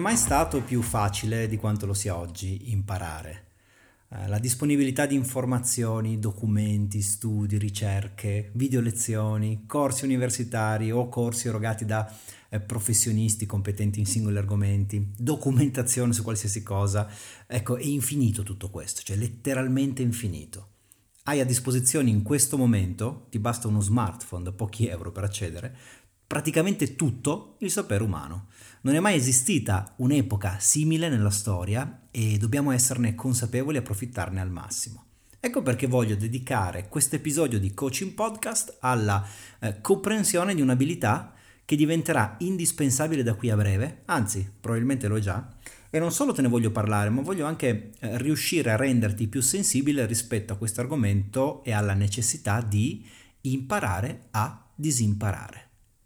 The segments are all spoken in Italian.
mai stato più facile di quanto lo sia oggi imparare. La disponibilità di informazioni, documenti, studi, ricerche, video lezioni, corsi universitari o corsi erogati da professionisti competenti in singoli argomenti, documentazione su qualsiasi cosa, ecco, è infinito tutto questo, cioè letteralmente infinito. Hai a disposizione in questo momento, ti basta uno smartphone da pochi euro per accedere, praticamente tutto il sapere umano. Non è mai esistita un'epoca simile nella storia e dobbiamo esserne consapevoli e approfittarne al massimo. Ecco perché voglio dedicare questo episodio di Coaching Podcast alla comprensione di un'abilità che diventerà indispensabile da qui a breve, anzi, probabilmente lo è già, e non solo te ne voglio parlare, ma voglio anche riuscire a renderti più sensibile rispetto a questo argomento e alla necessità di imparare a disimparare.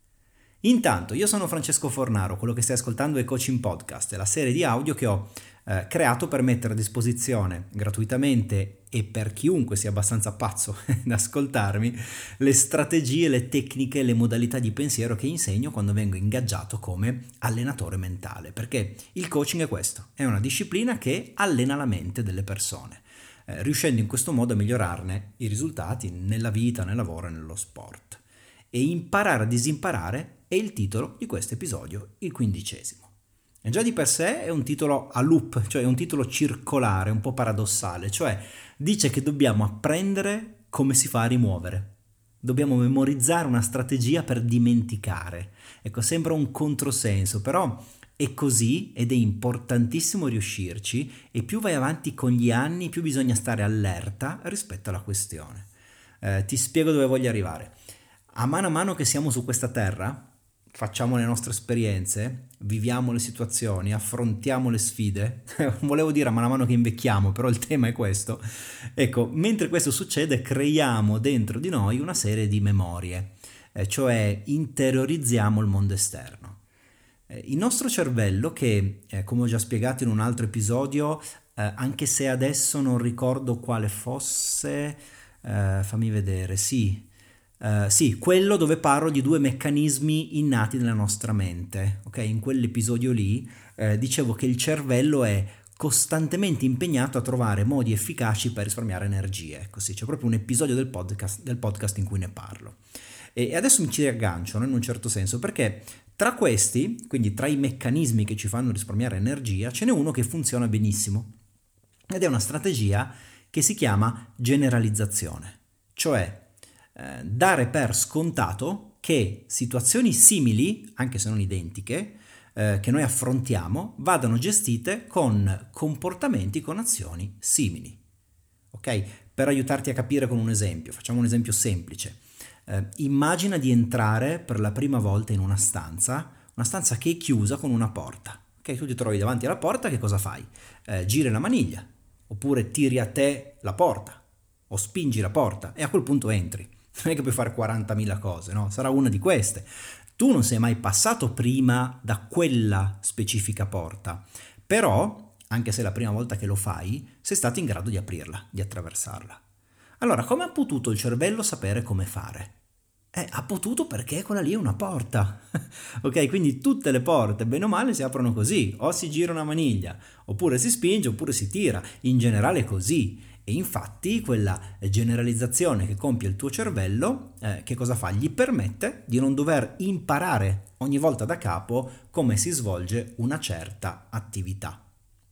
Intanto, io sono Francesco Fornaro, quello che stai ascoltando è Coaching Podcast, è la serie di audio che ho creato per mettere a disposizione gratuitamente e per chiunque sia abbastanza pazzo da ascoltarmi le strategie, le tecniche, le modalità di pensiero che insegno quando vengo ingaggiato come allenatore mentale, perché il coaching è questo, è una disciplina che allena la mente delle persone, riuscendo in questo modo a migliorarne i risultati nella vita, nel lavoro e nello sport. E imparare a disimparare è il titolo di questo episodio, il 15°. E già di per sé è un titolo a loop, cioè è un titolo circolare, un po' paradossale, cioè dice che dobbiamo apprendere come si fa a rimuovere. Dobbiamo memorizzare una strategia per dimenticare. Ecco, sembra un controsenso, però è così ed è importantissimo riuscirci e più vai avanti con gli anni, più bisogna stare allerta rispetto alla questione. Ti spiego dove voglio arrivare. A mano che siamo su questa terra, facciamo le nostre esperienze, viviamo le situazioni, affrontiamo le sfide, volevo dire a mano che invecchiamo, però il tema è questo. Ecco, mentre questo succede creiamo dentro di noi una serie di memorie, cioè interiorizziamo il mondo esterno. Il nostro cervello che, come ho già spiegato in un altro episodio, anche se adesso non ricordo quale fosse, fammi vedere, sì, quello dove parlo di due meccanismi innati nella nostra mente, ok? In quell'episodio lì dicevo che il cervello è costantemente impegnato a trovare modi efficaci per risparmiare energie, così c'è proprio un episodio del podcast in cui ne parlo. E adesso mi ci riaggancio, no? In un certo senso, perché tra questi, quindi tra i meccanismi che ci fanno risparmiare energia, ce n'è uno che funziona benissimo ed è una strategia che si chiama generalizzazione, cioè dare per scontato che situazioni simili, anche se non identiche, che noi affrontiamo, vadano gestite con comportamenti, con azioni simili. Ok? Per aiutarti a capire con un esempio, facciamo un esempio semplice. Immagina di entrare per la prima volta in una stanza che è chiusa con una porta. Ok? Tu ti trovi davanti alla porta, che cosa fai? Giri la maniglia, oppure tiri a te la porta, o spingi la porta e a quel punto entri. Non è che puoi fare 40.000 cose, no? Sarà una di queste. Tu non sei mai passato prima da quella specifica porta, però, anche se è la prima volta che lo fai, sei stato in grado di aprirla, di attraversarla. Allora, come ha potuto il cervello sapere come fare? Ha potuto perché quella lì è una porta. Ok, quindi tutte le porte, bene o male, si aprono così, o si gira una maniglia, oppure si spinge, oppure si tira, in generale è così. E infatti quella generalizzazione che compie il tuo cervello, che cosa fa? Gli permette di non dover imparare ogni volta da capo come si svolge una certa attività.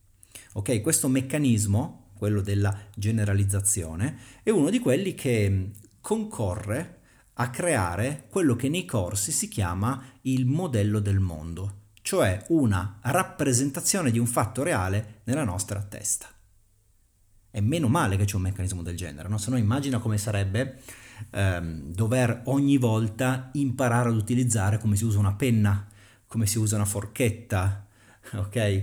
Ok, questo meccanismo, quello della generalizzazione, è uno di quelli che concorre a creare quello che nei corsi si chiama il modello del mondo, cioè una rappresentazione di un fatto reale nella nostra testa. E meno male che c'è un meccanismo del genere, no? Se no immagina come sarebbe dover ogni volta imparare ad utilizzare come si usa una penna, come si usa una forchetta, ok?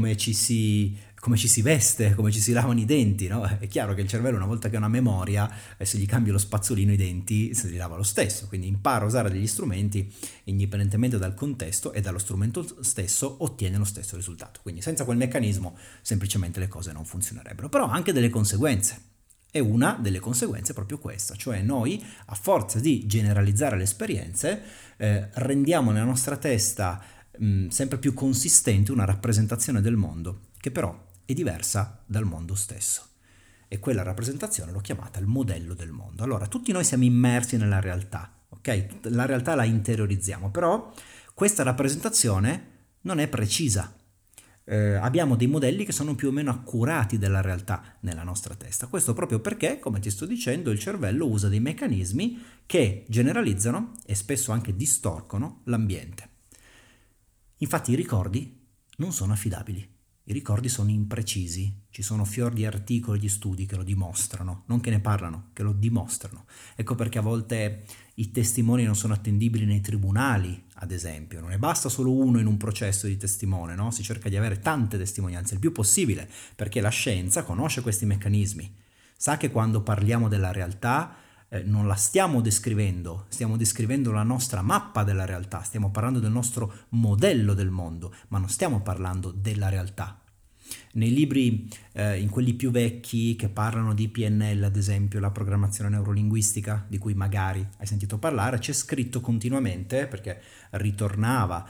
Come ci si veste, come ci si lavano i denti, no? È chiaro che il cervello, una volta che ha una memoria, se gli cambi lo spazzolino i denti se li lava lo stesso, quindi impara a usare degli strumenti indipendentemente dal contesto e dallo strumento stesso ottiene lo stesso risultato. Quindi senza quel meccanismo semplicemente le cose non funzionerebbero, però ha anche delle conseguenze. E una delle conseguenze è proprio questa, cioè noi a forza di generalizzare le esperienze rendiamo nella nostra testa sempre più consistente una rappresentazione del mondo che però è diversa dal mondo stesso. E quella rappresentazione l'ho chiamata il modello del mondo. Allora, tutti noi siamo immersi nella realtà, ok? La realtà la interiorizziamo, però questa rappresentazione non è precisa. Abbiamo dei modelli che sono più o meno accurati della realtà nella nostra testa. Questo proprio perché, come ti sto dicendo, il cervello usa dei meccanismi che generalizzano e spesso anche distorcono l'ambiente. Infatti i ricordi non sono affidabili. I ricordi sono imprecisi, ci sono fior di articoli di studi che lo dimostrano, non che ne parlano, che lo dimostrano. Ecco perché a volte i testimoni non sono attendibili nei tribunali, ad esempio. Non ne basta solo uno in un processo di testimone, no? Si cerca di avere tante testimonianze, il più possibile, perché la scienza conosce questi meccanismi. Sa che quando parliamo della realtà non la stiamo descrivendo, stiamo descrivendo la nostra mappa della realtà, stiamo parlando del nostro modello del mondo, ma non stiamo parlando della realtà. Nei libri, in quelli più vecchi che parlano di PNL, ad esempio la programmazione neurolinguistica, di cui magari hai sentito parlare, c'è scritto continuamente, perché ritornava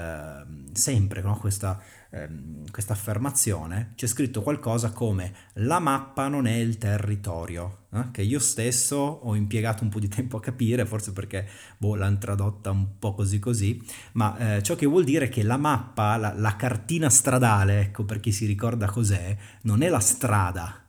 sempre, no, questa affermazione, c'è scritto qualcosa come la mappa non è il territorio, che io stesso ho impiegato un po' di tempo a capire, forse perché l'hanno tradotta un po' così, ma ciò che vuol dire è che la mappa, la cartina stradale, ecco, per chi si ricorda cos'è, non è la strada,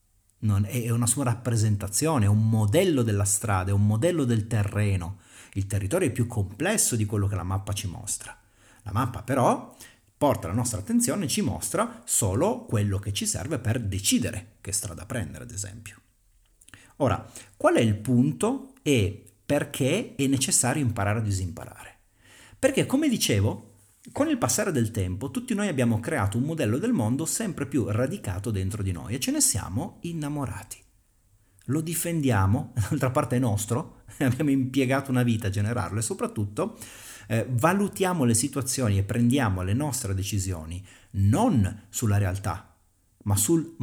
è una sua rappresentazione, è un modello della strada, è un modello del terreno. Il territorio è più complesso di quello che la mappa ci mostra. La mappa però porta la nostra attenzione e ci mostra solo quello che ci serve per decidere che strada prendere, ad esempio. Ora, qual è il punto e perché è necessario imparare a disimparare? Perché, come dicevo, con il passare del tempo tutti noi abbiamo creato un modello del mondo sempre più radicato dentro di noi e ce ne siamo innamorati. Lo difendiamo, d'altra parte è nostro, abbiamo impiegato una vita a generarlo e soprattutto valutiamo le situazioni e prendiamo le nostre decisioni non sulla realtà, ma sul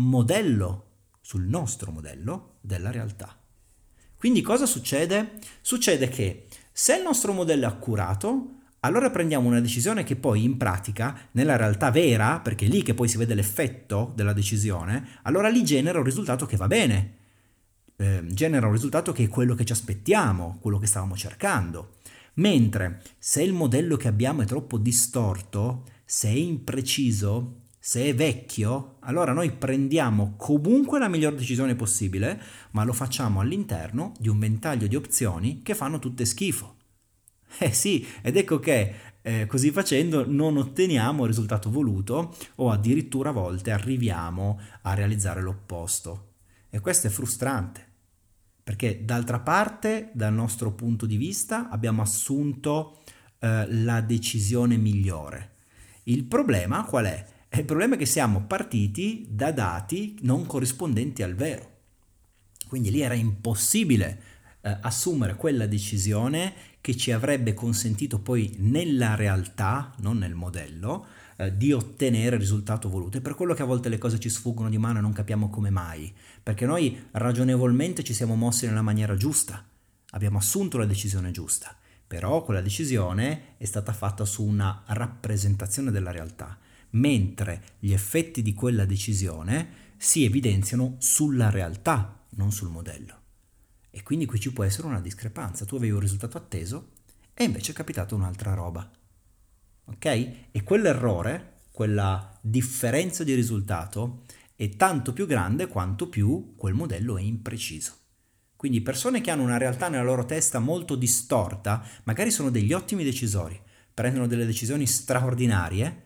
nostro modello della realtà. Quindi cosa succede? Succede che se il nostro modello è accurato, allora prendiamo una decisione che poi in pratica, nella realtà vera, perché è lì che poi si vede l'effetto della decisione, allora lì genera un risultato che va bene, genera un risultato che è quello che ci aspettiamo, quello che stavamo cercando. Mentre se il modello che abbiamo è troppo distorto, se è impreciso, se è vecchio, allora noi prendiamo comunque la miglior decisione possibile, ma lo facciamo all'interno di un ventaglio di opzioni che fanno tutte schifo. Sì, ed ecco che così facendo non otteniamo il risultato voluto o addirittura a volte arriviamo a realizzare l'opposto. E questo è frustrante, perché d'altra parte, dal nostro punto di vista, abbiamo assunto la decisione migliore. Il problema qual è? Il problema è che siamo partiti da dati non corrispondenti al vero. Quindi lì era impossibile assumere quella decisione che ci avrebbe consentito poi nella realtà, non nel modello, di ottenere il risultato voluto. È per quello che a volte le cose ci sfuggono di mano e non capiamo come mai, perché noi ragionevolmente ci siamo mossi nella maniera giusta, abbiamo assunto la decisione giusta, però quella decisione è stata fatta su una rappresentazione della realtà, mentre gli effetti di quella decisione si evidenziano sulla realtà, non sul modello. E quindi qui ci può essere una discrepanza. Tu avevi un risultato atteso e invece è capitata un'altra roba. Ok? E quell'errore, quella differenza di risultato è tanto più grande quanto più quel modello è impreciso. Quindi persone che hanno una realtà nella loro testa molto distorta, magari sono degli ottimi decisori, prendono delle decisioni straordinarie,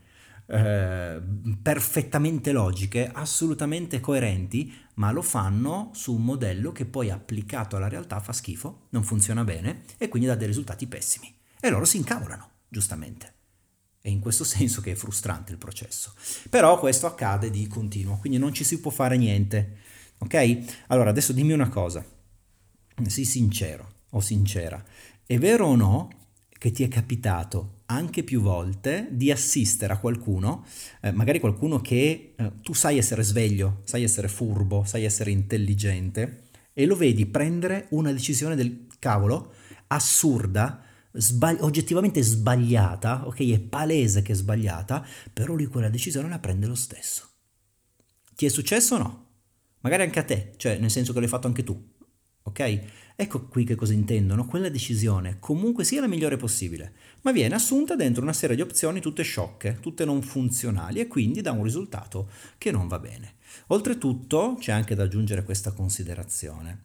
perfettamente logiche, assolutamente coerenti, ma lo fanno su un modello che poi applicato alla realtà fa schifo, non funziona bene e quindi dà dei risultati pessimi. E loro si incavolano, giustamente. È in questo senso che è frustrante il processo. Però questo accade di continuo, quindi non ci si può fare niente. Ok? Allora, adesso dimmi una cosa. Sii sincero o sincera. È vero o no che ti è capitato anche più volte di assistere a qualcuno, magari qualcuno che tu sai essere sveglio, sai essere furbo, sai essere intelligente, e lo vedi prendere una decisione del cavolo assurda, oggettivamente sbagliata, ok? È palese che è sbagliata, però lui quella decisione la prende lo stesso. Ti è successo o no? Magari anche a te, cioè nel senso che l'hai fatto anche tu, ok? Ecco qui che cosa intendono, quella decisione comunque sia la migliore possibile, ma viene assunta dentro una serie di opzioni tutte sciocche, tutte non funzionali e quindi dà un risultato che non va bene. Oltretutto c'è anche da aggiungere questa considerazione.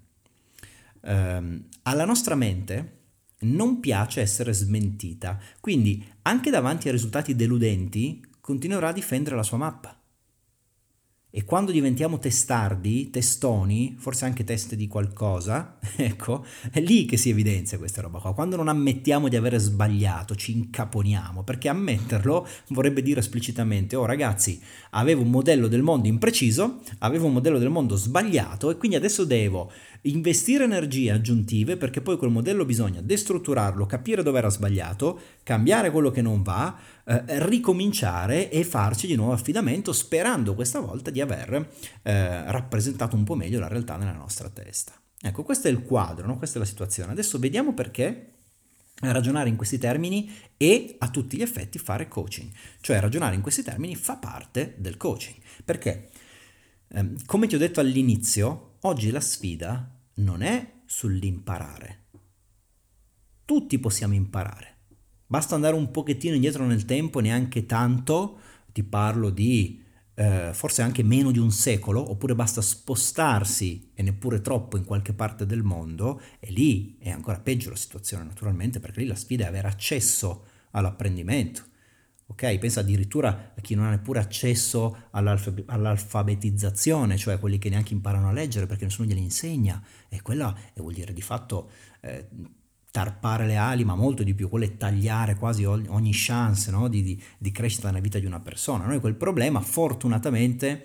Alla nostra mente non piace essere smentita, quindi anche davanti a risultati deludenti continuerà a difendere la sua mappa. E quando diventiamo testardi, testoni, forse anche teste di qualcosa, ecco, è lì che si evidenzia questa roba qua. Quando non ammettiamo di avere sbagliato, ci incaponiamo, perché ammetterlo vorrebbe dire esplicitamente, oh ragazzi, avevo un modello del mondo impreciso, avevo un modello del mondo sbagliato e quindi adesso devo investire energie aggiuntive perché poi quel modello bisogna destrutturarlo, capire dove era sbagliato, cambiare quello che non va, ricominciare e farci di nuovo affidamento sperando questa volta di aver rappresentato un po' meglio la realtà nella nostra testa. Ecco, questo è il quadro, no? Questa è la situazione. Adesso vediamo perché ragionare in questi termini e a tutti gli effetti fare coaching. Cioè ragionare in questi termini fa parte del coaching. Perché, come ti ho detto all'inizio, oggi la sfida non è sull'imparare. Tutti possiamo imparare. Basta andare un pochettino indietro nel tempo, neanche tanto, ti parlo di forse anche meno di un secolo, oppure basta spostarsi e neppure troppo in qualche parte del mondo, e lì è ancora peggio la situazione naturalmente, perché lì la sfida è avere accesso all'apprendimento. Ok, pensa addirittura a chi non ha neppure accesso all'alfabetizzazione, cioè quelli che neanche imparano a leggere perché nessuno glieli insegna, e quella vuol dire di fatto tarpare le ali, ma molto di più, quello è tagliare quasi ogni chance, no, di crescita nella vita di una persona. Noi quel problema fortunatamente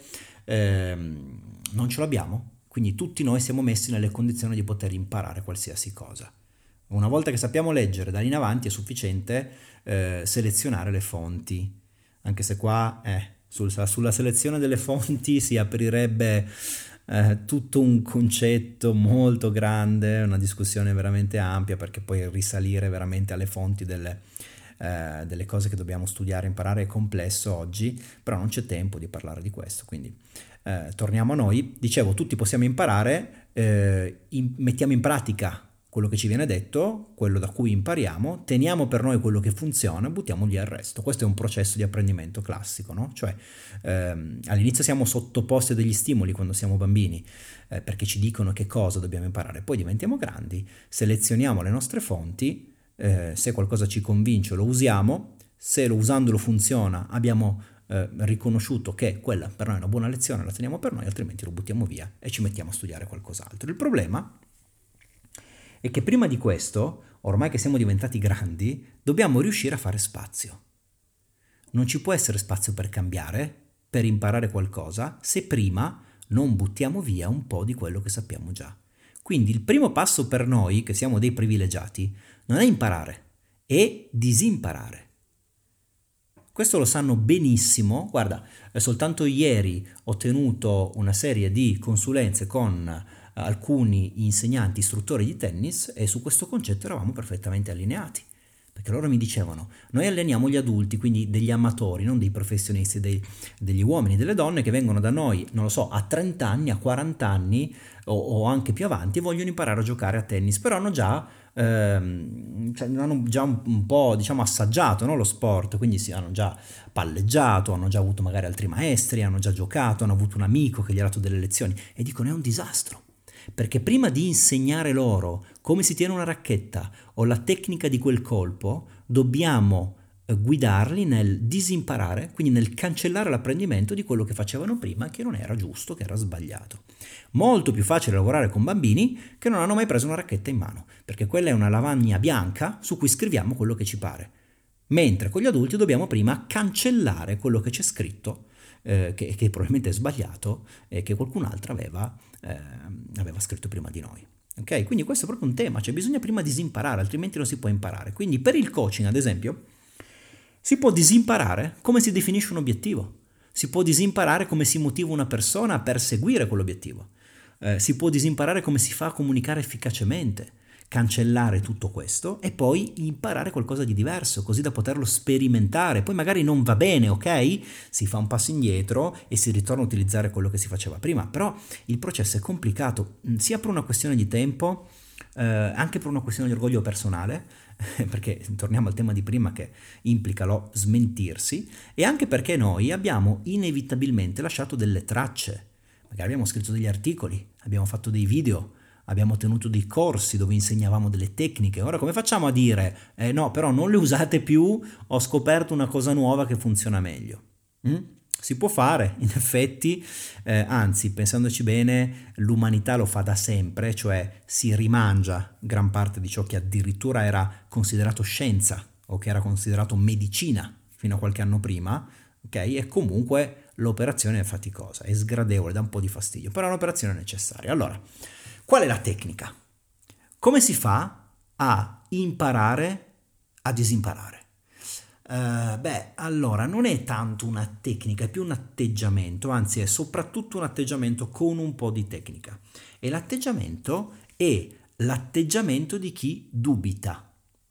non ce l'abbiamo, quindi tutti noi siamo messi nelle condizioni di poter imparare qualsiasi cosa. Una volta che sappiamo leggere, da lì in avanti è sufficiente selezionare le fonti, anche se qua sulla selezione delle fonti si aprirebbe tutto un concetto molto grande, una discussione veramente ampia, perché poi risalire veramente alle fonti delle cose che dobbiamo studiare e imparare è complesso oggi, però non c'è tempo di parlare di questo, quindi torniamo a noi. Dicevo, tutti possiamo imparare, mettiamo in pratica quello che ci viene detto, quello da cui impariamo, teniamo per noi quello che funziona, buttiamo via il resto. Questo è un processo di apprendimento classico, no? Cioè all'inizio siamo sottoposti a degli stimoli quando siamo bambini, perché ci dicono che cosa dobbiamo imparare, poi diventiamo grandi, selezioniamo le nostre fonti, se qualcosa ci convince lo usiamo, se usandolo funziona abbiamo riconosciuto che quella per noi è una buona lezione, la teniamo per noi, altrimenti lo buttiamo via e ci mettiamo a studiare qualcos'altro. Il problema è che prima di questo, ormai che siamo diventati grandi, dobbiamo riuscire a fare spazio. Non ci può essere spazio per cambiare, per imparare qualcosa, se prima non buttiamo via un po' di quello che sappiamo già. Quindi il primo passo per noi, che siamo dei privilegiati, non è imparare, è disimparare. Questo lo sanno benissimo. Guarda, soltanto ieri ho tenuto una serie di consulenze con alcuni insegnanti, istruttori di tennis, e su questo concetto eravamo perfettamente allineati, perché loro mi dicevano: noi alleniamo gli adulti, quindi degli amatori, non dei professionisti, degli uomini, delle donne che vengono da noi, non lo so, a 30 anni, a 40 anni o anche più avanti, e vogliono imparare a giocare a tennis, però hanno già un po', diciamo, assaggiato, no, lo sport, quindi hanno già palleggiato, hanno già avuto magari altri maestri, hanno già giocato, hanno avuto un amico che gli ha dato delle lezioni, e dicono: è un disastro, perché prima di insegnare loro come si tiene una racchetta o la tecnica di quel colpo, dobbiamo guidarli nel disimparare, quindi nel cancellare l'apprendimento di quello che facevano prima, che non era giusto, che era sbagliato. Molto più facile lavorare con bambini che non hanno mai preso una racchetta in mano, perché quella è una lavagna bianca su cui scriviamo quello che ci pare. Mentre con gli adulti dobbiamo prima cancellare quello che c'è scritto, che probabilmente è sbagliato e che qualcun altro aveva scritto prima di noi. Ok? Quindi questo è proprio un tema, cioè bisogna prima disimparare, altrimenti non si può imparare. Quindi per il coaching, ad esempio, si può disimparare come si definisce un obiettivo, si può disimparare come si motiva una persona a perseguire quell'obiettivo, si può disimparare come si fa a comunicare efficacemente, cancellare tutto questo e poi imparare qualcosa di diverso, così da poterlo sperimentare. Poi magari non va bene, ok? Si fa un passo indietro e si ritorna a utilizzare quello che si faceva prima, però il processo è complicato, sia per una questione di tempo, anche per una questione di orgoglio personale, perché torniamo al tema di prima che implica lo smentirsi, e anche perché noi abbiamo inevitabilmente lasciato delle tracce. Magari abbiamo scritto degli articoli, abbiamo fatto dei video, abbiamo tenuto dei corsi dove insegnavamo delle tecniche. Ora come facciamo a dire no, però non le usate più, ho scoperto una cosa nuova che funziona meglio? Si può fare, in effetti, anzi, pensandoci bene, l'umanità lo fa da sempre, cioè si rimangia gran parte di ciò che addirittura era considerato scienza o che era considerato medicina fino a qualche anno prima, ok? E comunque l'operazione è faticosa, è sgradevole, dà un po' di fastidio, però è un'operazione necessaria. Allora, qual è la tecnica? Come si fa a imparare a disimparare? Allora, non è tanto una tecnica, è più un atteggiamento, anzi è soprattutto un atteggiamento con un po' di tecnica. E l'atteggiamento è l'atteggiamento di chi dubita.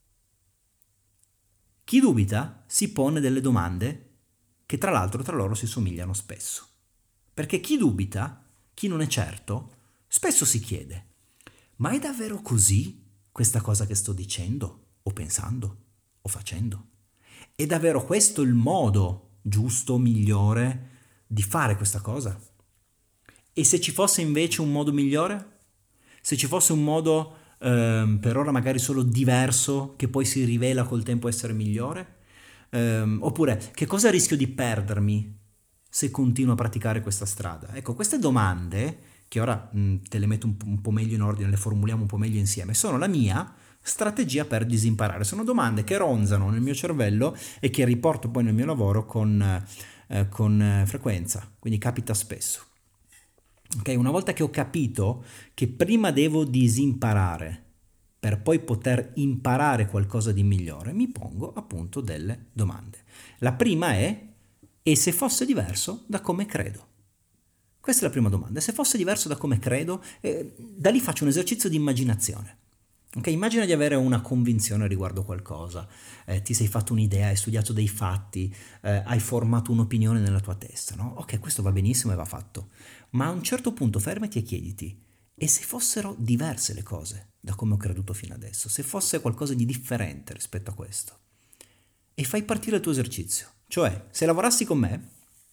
Chi dubita si pone delle domande che tra l'altro tra loro si somigliano spesso. Perché chi dubita, chi non è certo, spesso si chiede: ma è davvero così questa cosa che sto dicendo, o pensando, o facendo? È davvero questo il modo giusto, migliore di fare questa cosa? E se ci fosse invece un modo migliore? Se ci fosse un modo per ora magari solo diverso, che poi si rivela col tempo essere migliore? Oppure che cosa rischio di perdermi se continuo a praticare questa strada? Ecco, queste domande, che ora te le metto un po' meglio in ordine, le formuliamo un po' meglio insieme, sono la mia strategia per disimparare. Sono domande che ronzano nel mio cervello e che riporto poi nel mio lavoro con frequenza, quindi capita spesso. Okay, una volta che ho capito che prima devo disimparare per poi poter imparare qualcosa di migliore, mi pongo appunto delle domande. La prima è: e se fosse diverso da come credo? Questa è la prima domanda. Se fosse diverso da come credo, da lì faccio un esercizio di immaginazione. Okay, immagina di avere una convinzione riguardo qualcosa, ti sei fatto un'idea, hai studiato dei fatti, hai formato un'opinione nella tua testa, no? Ok, questo va benissimo e va fatto, ma a un certo punto fermati e chiediti: e se fossero diverse le cose da come ho creduto fino adesso? Se fosse qualcosa di differente rispetto a questo? E fai partire il tuo esercizio, cioè se lavorassi con me,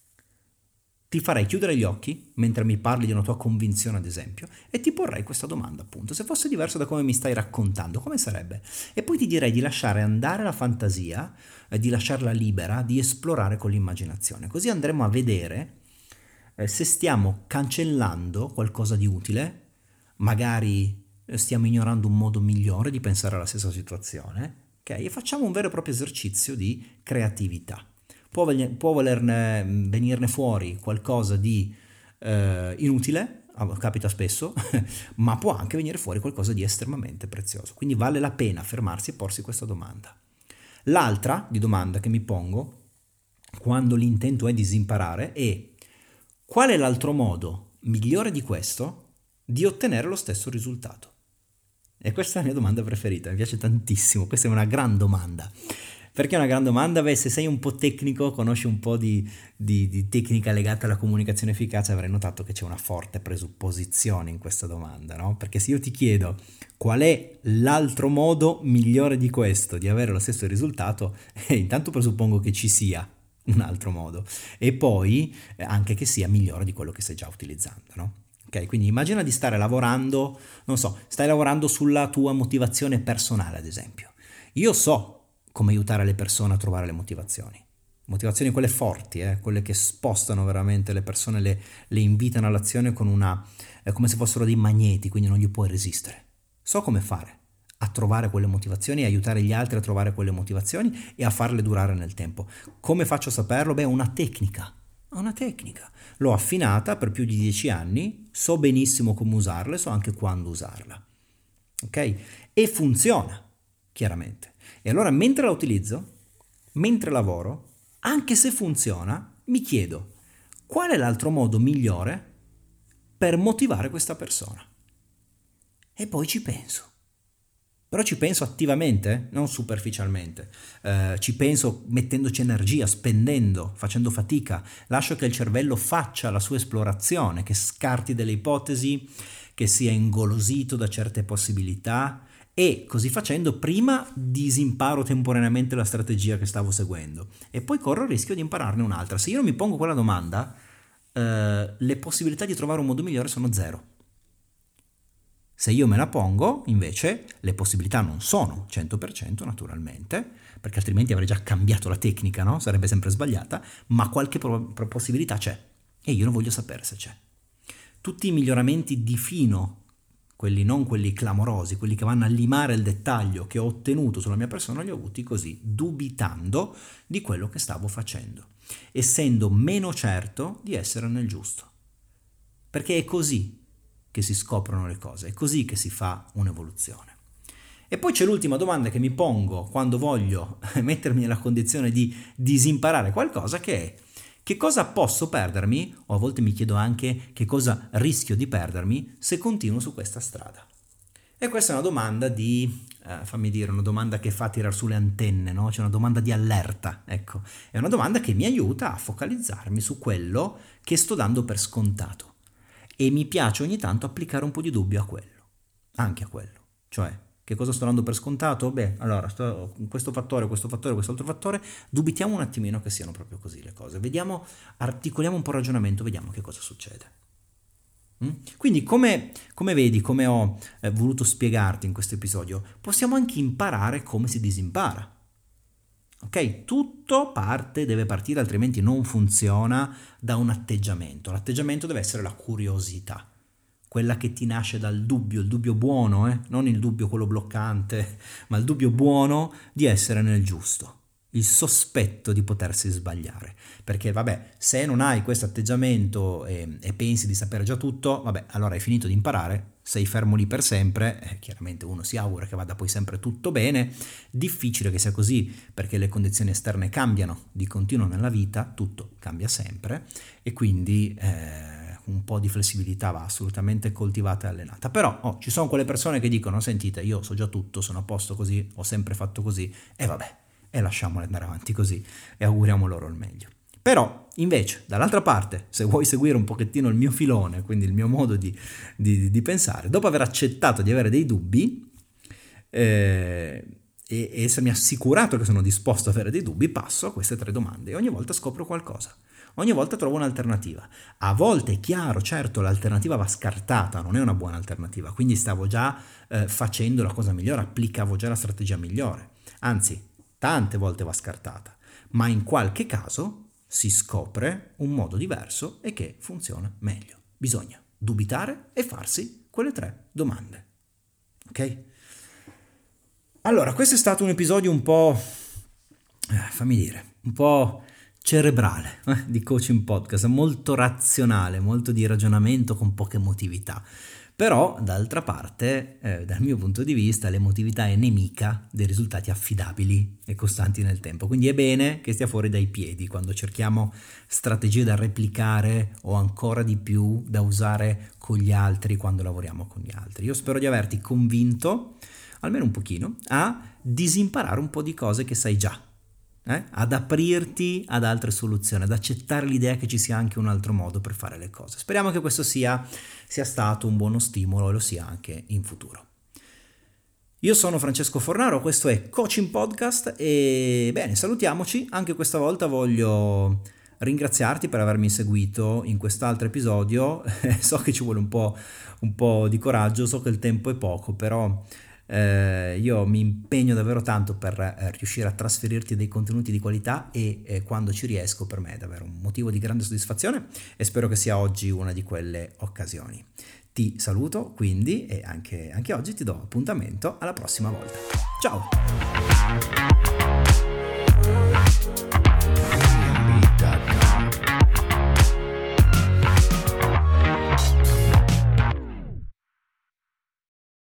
ti farei chiudere gli occhi mentre mi parli di una tua convinzione, ad esempio, e ti porrei questa domanda, appunto: se fosse diverso da come mi stai raccontando, come sarebbe? E poi ti direi di lasciare andare la fantasia, di lasciarla libera, di esplorare con l'immaginazione. Così andremo a vedere se stiamo cancellando qualcosa di utile, magari stiamo ignorando un modo migliore di pensare alla stessa situazione, ok? E facciamo un vero e proprio esercizio di creatività. Può volerne venirne fuori qualcosa di inutile, capita spesso, ma può anche venire fuori qualcosa di estremamente prezioso. Quindi vale la pena fermarsi e porsi questa domanda. L'altra di domanda che mi pongo quando l'intento è disimparare è: qual è l'altro modo migliore di questo di ottenere lo stesso risultato? E questa è la mia domanda preferita, mi piace tantissimo, questa è una gran domanda. Perché è una gran domanda? Beh, se sei un po' tecnico, conosci un po' di tecnica legata alla comunicazione efficace, avrai notato che c'è una forte presupposizione in questa domanda, no? Perché se io ti chiedo qual è l'altro modo migliore di questo, di avere lo stesso risultato, intanto presuppongo che ci sia un altro modo e poi anche che sia migliore di quello che stai già utilizzando, no? Ok, quindi immagina di stare lavorando, non so, stai lavorando sulla tua motivazione personale, ad esempio. Io so come aiutare le persone a trovare le motivazioni quelle forti, quelle che spostano veramente le persone, le invitano all'azione con come se fossero dei magneti, quindi non gli puoi resistere. So come fare a trovare quelle motivazioni, aiutare gli altri a trovare quelle motivazioni e a farle durare nel tempo. Come faccio a saperlo? Beh, una tecnica. L'ho affinata per più di 10 anni, so benissimo come usarla e so anche quando usarla. Ok? E funziona, chiaramente. E allora mentre la utilizzo, mentre lavoro, anche se funziona, mi chiedo: qual è l'altro modo migliore per motivare questa persona? E poi ci penso. Però ci penso attivamente, non superficialmente, ci penso mettendoci energia, spendendo, facendo fatica, lascio che il cervello faccia la sua esplorazione, che scarti delle ipotesi, che sia ingolosito da certe possibilità e così facendo prima disimparo temporaneamente la strategia che stavo seguendo e poi corro il rischio di impararne un'altra. Se io non mi pongo quella domanda, le possibilità di trovare un modo migliore sono zero. Se io me la pongo, invece, le possibilità non sono 100% naturalmente, perché altrimenti avrei già cambiato la tecnica, no? Sarebbe sempre sbagliata, ma qualche possibilità c'è e io non voglio sapere se c'è. Tutti i miglioramenti di fino, quelli non quelli clamorosi, quelli che vanno a limare il dettaglio che ho ottenuto sulla mia persona, li ho avuti così, dubitando di quello che stavo facendo, essendo meno certo di essere nel giusto. Perché è così che si scoprono le cose, è così che si fa un'evoluzione. E poi c'è l'ultima domanda che mi pongo quando voglio mettermi nella condizione di disimparare qualcosa, che è: che cosa posso perdermi, o a volte mi chiedo anche che cosa rischio di perdermi se continuo su questa strada. E questa è una domanda una domanda che fa tirare sulle antenne, no? C'è una domanda di allerta, ecco. È una domanda che mi aiuta a focalizzarmi su quello che sto dando per scontato. E mi piace ogni tanto applicare un po' di dubbio a quello, anche a quello. Cioè, che cosa sto dando per scontato? Beh, allora, questo fattore, quest'altro fattore, dubitiamo un attimino che siano proprio così le cose. Vediamo, articoliamo un po' il ragionamento, vediamo che cosa succede. Quindi, come vedi, come ho voluto spiegarti in questo episodio, possiamo anche imparare come si disimpara. Ok? Tutto deve partire, altrimenti non funziona, da un atteggiamento. L'atteggiamento deve essere la curiosità, quella che ti nasce dal dubbio, il dubbio buono, non il dubbio quello bloccante, ma il dubbio buono di essere nel giusto, il sospetto di potersi sbagliare. Perché vabbè, se non hai questo atteggiamento e pensi di sapere già tutto, vabbè, allora hai finito di imparare, sei fermo lì per sempre, chiaramente uno si augura che vada poi sempre tutto bene, difficile che sia così perché le condizioni esterne cambiano di continuo nella vita, tutto cambia sempre e quindi un po' di flessibilità va assolutamente coltivata e allenata. Però ci sono quelle persone che dicono: sentite, io so già tutto, sono a posto così, ho sempre fatto così e vabbè, e lasciamole andare avanti così e auguriamo loro il meglio. Però invece dall'altra parte, se vuoi seguire un pochettino il mio filone, quindi il mio modo di pensare, dopo aver accettato di avere dei dubbi e essermi assicurato che sono disposto ad avere dei dubbi, passo a queste 3 domande e ogni volta scopro qualcosa. Ogni volta trovo un'alternativa. A volte è chiaro, certo, l'alternativa va scartata, non è una buona alternativa, quindi stavo già facendo la cosa migliore, applicavo già la strategia migliore. Anzi, tante volte va scartata, ma in qualche caso si scopre un modo diverso e che funziona meglio. Bisogna dubitare e farsi quelle 3 domande. Ok? Allora, questo è stato un episodio un po', un po' cerebrale di Coaching Podcast, molto razionale, molto di ragionamento con poca emotività. Però, d'altra parte, dal mio punto di vista, l'emotività è nemica dei risultati affidabili e costanti nel tempo. Quindi è bene che stia fuori dai piedi quando cerchiamo strategie da replicare o ancora di più da usare con gli altri quando lavoriamo con gli altri. Io spero di averti convinto, almeno un pochino, a disimparare un po' di cose che sai già. Ad aprirti ad altre soluzioni, ad accettare l'idea che ci sia anche un altro modo per fare le cose. Speriamo che questo sia stato un buono stimolo e lo sia anche in futuro. Io sono Francesco Fornaro, questo è Coaching Podcast e bene, salutiamoci. Anche questa volta voglio ringraziarti per avermi seguito in quest'altro episodio. So che ci vuole un po' di coraggio, so che il tempo è poco, però io mi impegno davvero tanto per riuscire a trasferirti dei contenuti di qualità e quando ci riesco per me è davvero un motivo di grande soddisfazione e spero che sia oggi una di quelle occasioni. Ti saluto quindi e anche oggi ti do appuntamento alla prossima volta. Ciao!